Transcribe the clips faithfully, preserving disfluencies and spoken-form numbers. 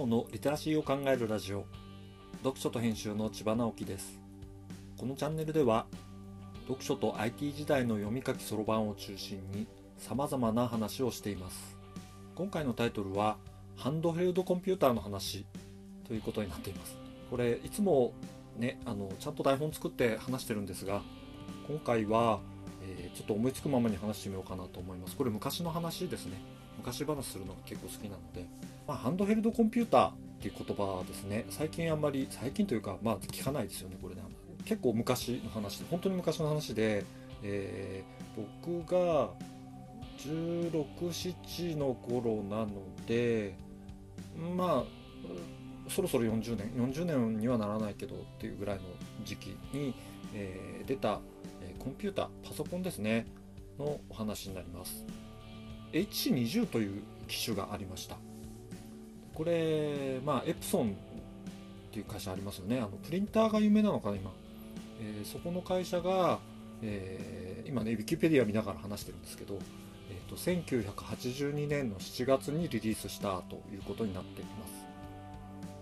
のリテラシーを考えるラジオ、読書と編集の千葉直樹です。このチャンネルでは読書と アイティー 時代の読み書きそろばんを中心に様々な話をしています。今回のタイトルはハンドヘルドコンピューターの話ということになっています。これいつもね、あのちゃんと台本作って話してるんですが、今回は、えー、ちょっと思いつくままに話してみようかなと思います。これ昔の話ですね。昔話するのが結構好きなので、まあ、ハンドヘルドコンピューターっていう言葉ですね。最近あんまり、最近というか、まあ聞かないですよね、これね。結構昔の話で、本当に昔の話で、えー、僕がじゅうろく、ななの頃なので、まあ、そろそろよんじゅうねん、よんじゅうねんにはならないけどっていうぐらいの時期に、えー、出た、えー、コンピューター、パソコンですね、のお話になります。エイチシーにじゅう という機種がありました。これ、まあ、エプソンっていう会社ありますよね。あのプリンターが有名なのかな、今。えー、そこの会社が、えー、今ね、ウィキペディア見ながら話してるんですけど、えーと、せんきゅうひゃくはちじゅうにねんのしちがつにリリースしたということになっています。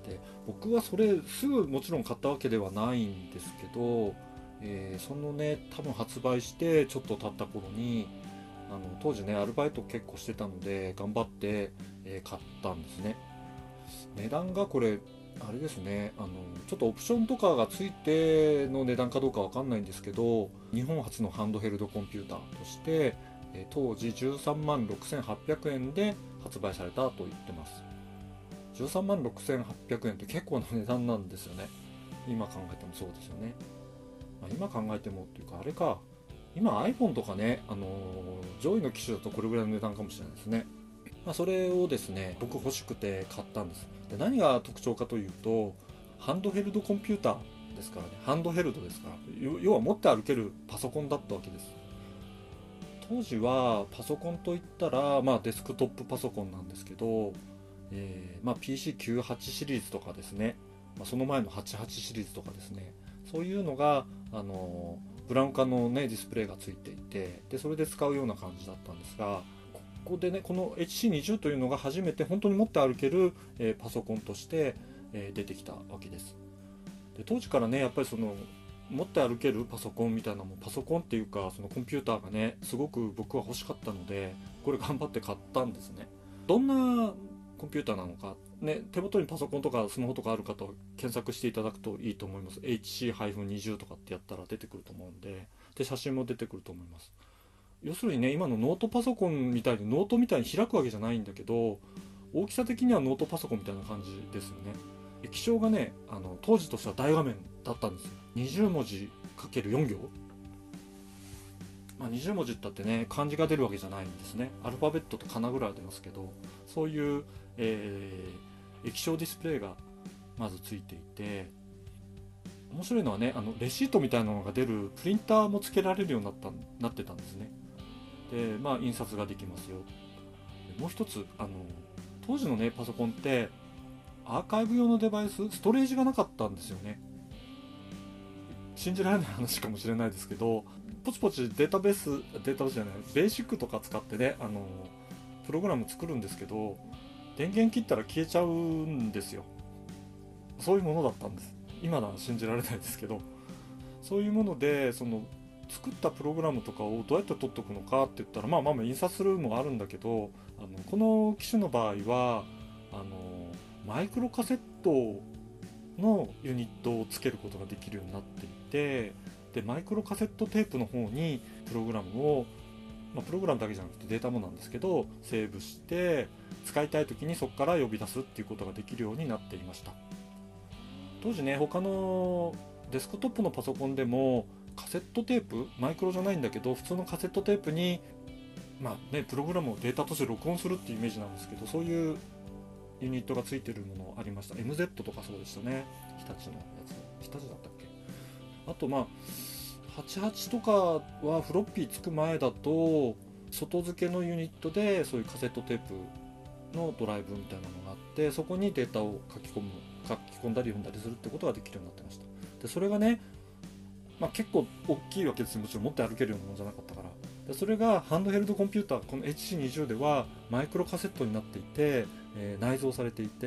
で、僕はそれすぐもちろん買ったわけではないんですけど、えー、そのね、多分発売してちょっと経った頃に、あの当時ね、アルバイト結構してたので頑張って、えー、買ったんですね。値段がこれあれですね、あのちょっとオプションとかがついての値段かどうかわかんないんですけど、日本初のハンドヘルドコンピューターとして、えー、当時じゅうさんまんろくせんはっぴゃくえんで発売されたと言ってます。じゅうさんまんろくせんはっぴゃくえんって結構な値段なんですよね。今考えてもそうですよね。まあ、今考えてもっていうか、あれか、今 iPhone とかね、あのー、上位の機種だとこれぐらいの値段かもしれないですね。まあ、それをですね、僕欲しくて買ったんです。で、何が特徴かというと、ハンドヘルドコンピューターですからね。ハンドヘルドですから、要は持って歩けるパソコンだったわけです。当時はパソコンといったら、まあ、デスクトップパソコンなんですけど、えーまあ、ピーシーきゅうじゅうはち シリーズとかですね、まあ、その前のはちじゅうはちシリーズとかですね、そういうのが、あのブラウン管の、ね、ディスプレイがついていて、でそれで使うような感じだったんですが、ここでね、この エイチシーにじゅう というのが初めて本当に持って歩ける、えー、パソコンとして、えー、出てきたわけです。で当時からね、やっぱりその持って歩けるパソコンみたいなもん、パソコンっていうかそのコンピューターがね、すごく僕は欲しかったので、これ頑張って買ったんですね。どんなコンピューターなのか、ね、手元にパソコンとかスマホとかある方は検索していただくといいと思います。 エイチシーにじゅう とかってやったら出てくると思うんで、で写真も出てくると思います。要するにね、今のノートパソコンみたいにノートみたいに開くわけじゃないんだけど、大きさ的にはノートパソコンみたいな感じですよね。液晶がね、あの当時としては大画面だったんですよ。にじゅうもじ ×よん 行、まあ、にじゅうもじって言ったってね、漢字が出るわけじゃないんですね。アルファベットとカナぐらいは出ますけど、そういう、えー、液晶ディスプレイがまずついていて、面白いのはね、あのレシートみたいなのが出るプリンターも付けられるようになったなってたんですね。で、まあ印刷ができますよ。もう一つ、あの当時のねパソコンってアーカイブ用のデバイス、ストレージがなかったんですよね。信じられない話かもしれないですけど、ポチポチデータベース、データベースじゃない、ベーシックとか使ってね、あのプログラム作るんですけど、電源切ったら消えちゃうんですよ。そういうものだったんです。今なら信じられないですけど、そういうもので、その作ったプログラムとかをどうやって取っておくのかって言ったら、まあまあ印刷するのがあるんだけど、あのこの機種の場合はあのマイクロカセットのユニットをつけることができるようになっていて、でマイクロカセットテープの方にプログラムを、まあ、プログラムだけじゃなくてデータもなんですけどセーブして、使いたい時にそこから呼び出すっていうことができるようになっていました。当時ね、他のデスクトップのパソコンでもカセットテープ、マイクロじゃないんだけど普通のカセットテープに、まあね、プログラムをデータとして録音するっていうイメージなんですけど、そういうユニットがついてるものありました。 エムゼット とかそうでしたね。日立のやつ、日立だったっけ。あとまあはちじゅうはちとかはフロッピーつく前だと外付けのユニットでそういうカセットテープのドライブみたいなのがあって、そこにデータを書き込む書き込んだり読んだりするってことができるようになってました。でそれがね、まあ、結構大きいわけですよ。もちろん持って歩けるようなものじゃなかったから。でそれがハンドヘルドコンピューター、この エイチシーにじゅう ではマイクロカセットになっていて、えー、内蔵されていて、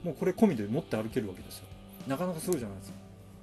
もうこれ込みで持って歩けるわけですよ。なかなかすごいじゃないですか。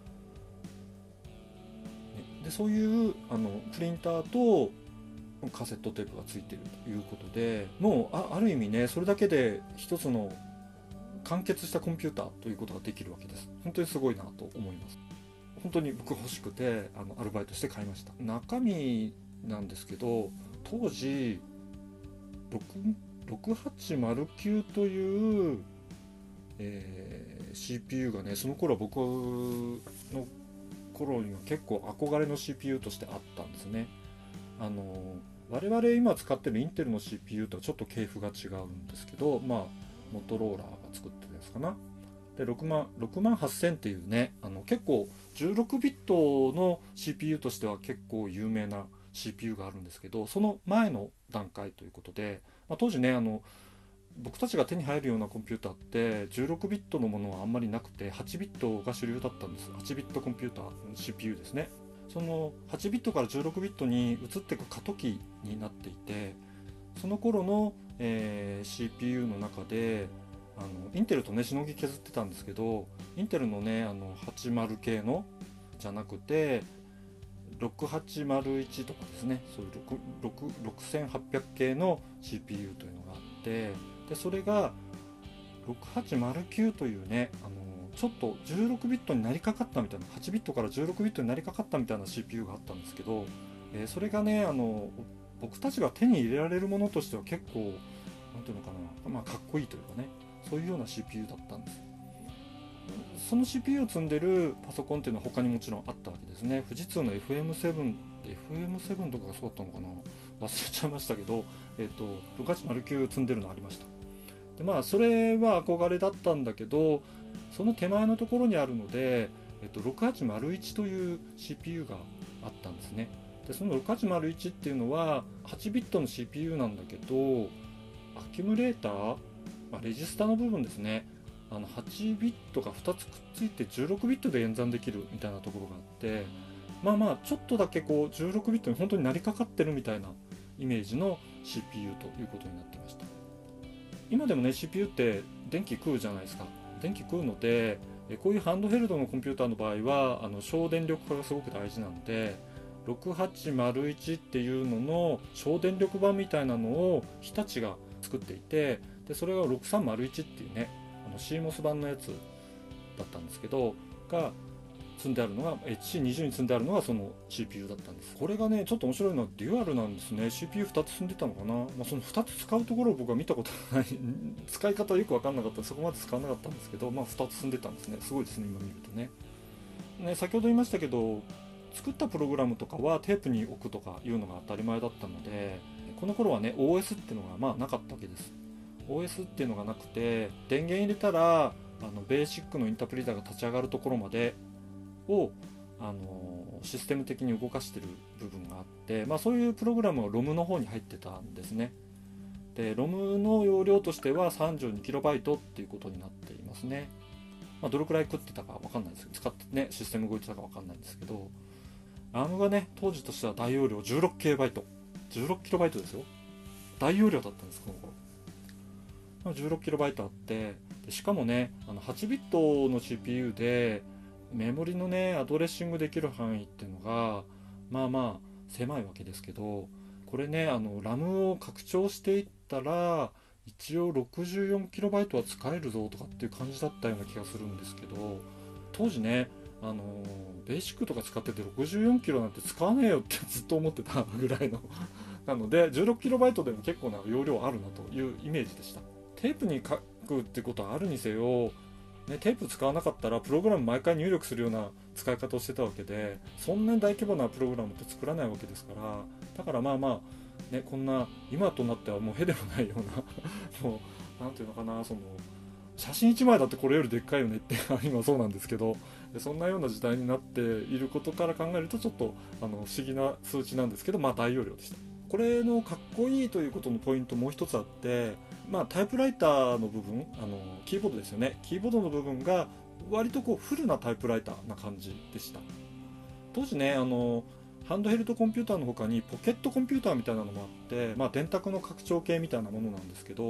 でそういうあのプリンターとカセットテープがついているということで、もう あ, ある意味ね、それだけで一つの完結したコンピューターということができるわけです。本当にすごいなと思います。本当に僕欲しくてあのアルバイトして買いました。中身なんですけど、当時ろくはちまるきゅうという、えー、シーピーユー がね、その頃は僕の頃には結構憧れの シーピーユー としてあったんですね。あの我々今使ってるインテルの シーピーユー とはちょっと系譜が違うんですけど、まあモトローラーが作ってるやつかな。でろくまんはっせんっていうね、あの結構じゅうろくビットの シーピーユー としては結構有名な シーピーユー があるんですけど、その前の段階ということで、まあ、当時ね、あの僕たちが手に入るようなコンピューターってじゅうろくビットのものはあんまりなくてはちビットが主流だったんです。はちビットコンピューター シーピーユー ですね。そのはちビットからじゅうろくビットに移っていく過渡期になっていて、その頃の、えー、シーピーユー の中であのインテルとねしのぎ削ってたんですけど、インテルのねあのはちじゅう系のじゃなくてろくはちまるいちとかですね、そういうろくせんはっぴゃく系の シーピーユー というのがあって、でそれがろくはちまるきゅうというね、あのちょっとじゅうろくビットになりかかったみたいな、はちビットからじゅうろくビットになりかかったみたいな シーピーユー があったんですけど、えーそれがね、あの僕たちが手に入れられるものとしては結構なんていうのかな、まあ、かっこいいというかね、そういうような シーピーユー だったんです。その シーピーユー を積んでるパソコンっていうのは他にもちろんあったわけですね。富士通の エフエムセブン、エフエムセブン とかがそうだったのかな、忘れちゃいましたけど、えっとろくはちまるきゅう積んでるのありました。でまあそれは憧れだったんだけど、その手前のところにあるので、えっと、ろくはちまるいちという シーピーユー があったんですね。でそのろくはちまるいちっていうのははちビットの シーピーユー なんだけど、アキュムレーター、まあ、レジスタの部分ですね、あのはちビットがふたつくっついてじゅうろくビットで演算できるみたいなところがあって、まあまあちょっとだけこうじゅうろくビットに本当になりかかってるみたいなイメージの シーピーユー ということになっていました。今でもね シーピーユー って電気食うじゃないですか。電気食うので、こういうハンドヘルドのコンピューターの場合はあの省電力化がすごく大事なので、ろくはちまるいちっていうのの省電力版みたいなのを日立が作っていて、でそれがろくさんまるいちっていうね、あの シーモス 版のやつだったんですけどが積んであるのが エイチシーにじゅう に積んであるのがその シーピーユー だったんです。これがねちょっと面白いのはデュアルなんですね。 シーピーユーふた つ積んでたのかな、まあ、そのふたつ使うところを僕は見たことがない使い方はよく分かんなかった、そこまで使わなかったんですけど、まあ、ふたつ積んでたんですね。すごいですね、今見るとね。ね、先ほど言いましたけど、作ったプログラムとかはテープに置くとかいうのが当たり前だったので、この頃はね オーエス っていうのがまあなかったわけです。 オーエス っていうのがなくて、電源入れたらあのベーシックのインタープリターが立ち上がるところまでをあのシステム的に動かしてる部分があって、まあ、そういうプログラムは ロム の方に入ってたんですね。で ロム の容量としては さんじゅうにキロバイト っていうことになっていますね。まあ、どれくらい食ってたかわかんないですけど、使ってねシステム動いてたかわかんないんですけど、アーム がね当時としては大容量 じゅうろくケーバイト、 じゅうろくキロバイトですよ。大容量だったんです、この頃。まあ、じゅうろくキロバイトあって、でしかもねあのはちビットの シーピーユー でメモリのねアドレッシングできる範囲っていうのがまあまあ狭いわけですけど、これねあの ラム を拡張していったら一応 ろくじゅうよんキロバイト は使えるぞとかっていう感じだったような気がするんですけど、当時ねあのベーシックとか使ってて ろくじゅうよんキロなんて使わねえよってずっと思ってたぐらいのなので じゅうろくキロバイト でも結構な容量あるなというイメージでした。テープに書くってことはあるにせよ、ね、テープ使わなかったらプログラム毎回入力するような使い方をしてたわけで、そんなに大規模なプログラムって作らないわけですから、だからまあまあ、ね、こんな今となってはもうへでもないようなもうなんていうのかな、その写真いちまいだってこれよりでっかいよねって今そうなんですけど、そんなような時代になっていることから考えるとちょっとあの不思議な数値なんですけど、まあ大容量でした。これのかっこいいということのポイントもう一つあって、まあ、タイプライターの部分、あのキーボードですよね、キーボードの部分が割とこうフルなタイプライターな感じでした。当時ねあのハンドヘルドコンピューターの他にポケットコンピューターみたいなのもあって、まあ、電卓の拡張系みたいなものなんですけど、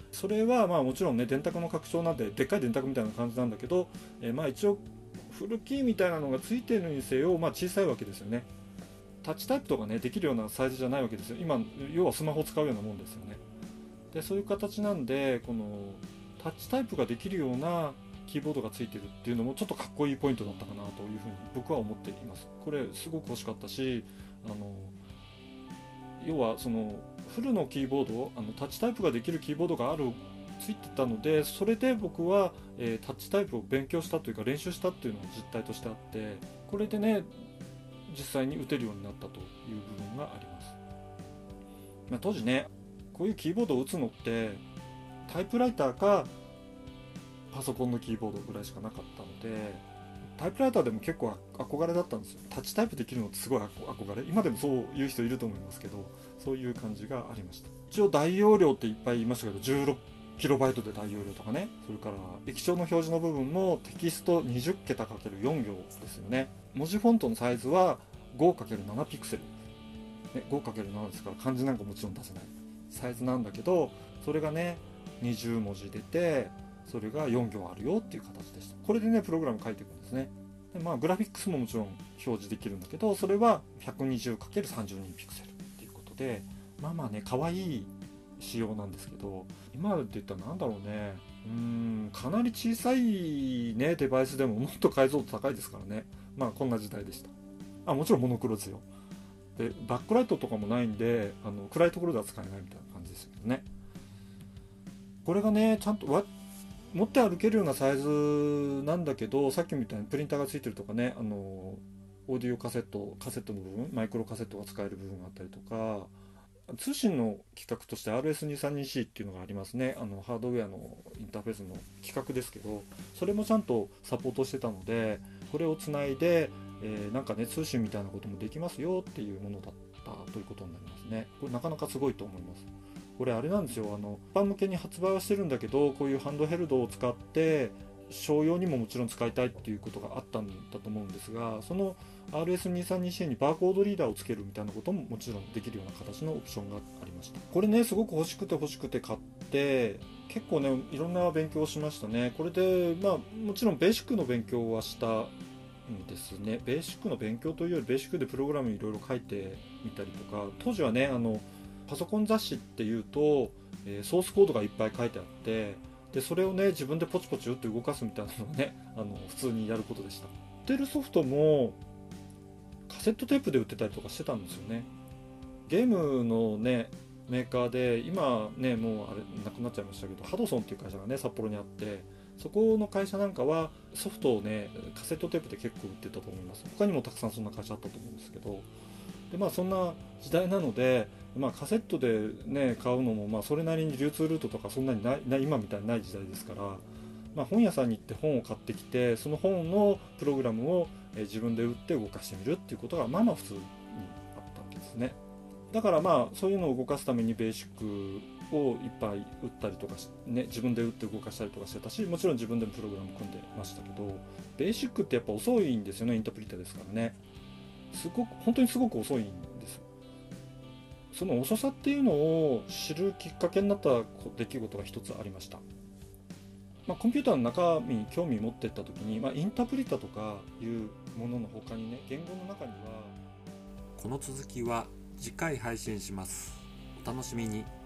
それはまあもちろんね電卓の拡張なんででっかい電卓みたいな感じなんだけど、えー、まあ一応フルキーみたいなのがついてるにせよ、まあ、小さいわけですよね。タッチタイプとかねできるようなサイズじゃないわけですよ。今要はスマホを使うようなもんですよね。でそういう形なんで、このタッチタイプができるようなキーボードがついてるっていうのもちょっとかっこいいポイントだったかなというふうに僕は思っています。これすごく欲しかったし、あの要はそのフルのキーボード、あのタッチタイプができるキーボードがあるついてたので、それで僕は、えー、タッチタイプを勉強したというか練習したっていうのが実態としてあって、これでね実際に打てるようになったという部分があります。まあ、当時ねこういうキーボードを打つのってタイプライターかパソコンのキーボードぐらいしかなかったので、タイプライターでも結構憧れだったんですよ。タッチタイプできるのってすごい憧れ、今でもそういう人いると思いますけど、そういう感じがありました。一応大容量っていっぱい言いましたけど、じゅうろくキロバイトで大容量とかね、それから液晶の表示の部分もテキストにじゅうけたかけるよんぎょうですよね。文字フォントのサイズは ごかけるなな ピクセル、ね、ごかけるなな ですから漢字なんかもちろん出せないサイズなんだけど、それがねにじゅうもじ出て、それがよんぎょうあるよっていう形でした。これでねプログラム書いていくんですね。でまあグラフィックスももちろん表示できるんだけど、それは ひゃくにじゅうかけるさんじゅうに ピクセルっていうことで、まあまあね可愛い仕様なんですけど、今で言ったらなんだろうね、うーんかなり小さいねデバイスでももっと解像度高いですからね。まあこんな時代でした。あもちろんモノクロですよ。でバックライトとかもないんで、あの暗いところでは使えないみたいな感じですけどね。これがねちゃんとわ持って歩けるようなサイズなんだけど、さっきみたいにプリンターがついてるとかね、あのオーディオカセットカセットの部分、マイクロカセットが使える部分があったりとか、通信の規格として アールエスにひゃくさんじゅうにシー っていうのがありますね。あのハードウェアのインターフェースの規格ですけど、それもちゃんとサポートしてたので、これをつないで、えー、なんかね通信みたいなこともできますよっていうものだったということになりますね。これなかなかすごいと思います。これあれなんですよ、あの一般向けに発売はしてるんだけど、こういうハンドヘルドを使って商用にももちろん使いたいっていうことがあったんだと思うんですが、その アールエスにひゃくさんじゅうにシー にバーコードリーダーをつけるみたいなことももちろんできるような形のオプションがありました。これねすごく欲しくて欲しくて買って、結構ねいろんな勉強をしましたね。これでまあもちろんベーシックの勉強はしたんですね。ベーシックの勉強というよりベーシックでプログラムいろいろ書いてみたりとか、当時はねあのパソコン雑誌っていうと、えー、ソースコードがいっぱい書いてあって、でそれをね自分でポチポチ打って動かすみたいなのをねあの普通にやることでした。売ってるソフトもカセットテープで売ってたりとかしてたんですよね。ゲームのねメーカーで今ねもうあれなくなっちゃいましたけど、ハドソンっていう会社がね札幌にあって、そこの会社なんかはソフトをねカセットテープで結構売ってたと思います。他にもたくさんそんな会社あったと思うんですけど、でまあそんな時代なので、まあ、カセットでね買うのもまあそれなりに流通ルートとかそんなにないない今みたいにない時代ですから、まあ、本屋さんに行って本を買ってきて、その本のプログラムをえ自分で打って動かしてみるっていうことがまあまあ普通にあったわけですね。だからまあそういうのを動かすためにベーシックをいっぱい打ったりとかし、ね、自分で打って動かしたりとかしてたし、もちろん自分でもプログラム組んでましたけど、ベーシックってやっぱ遅いんですよね。インタープリターですからね。すごく本当にすごく遅いんです。その遅さっていうのを知るきっかけになった出来事が一つありました。まあ、コンピューターの中身に興味持っていった時に、まあ、インタープリターとかいうものの他にね、言語の中には、 この続きは次回配信します。お楽しみに。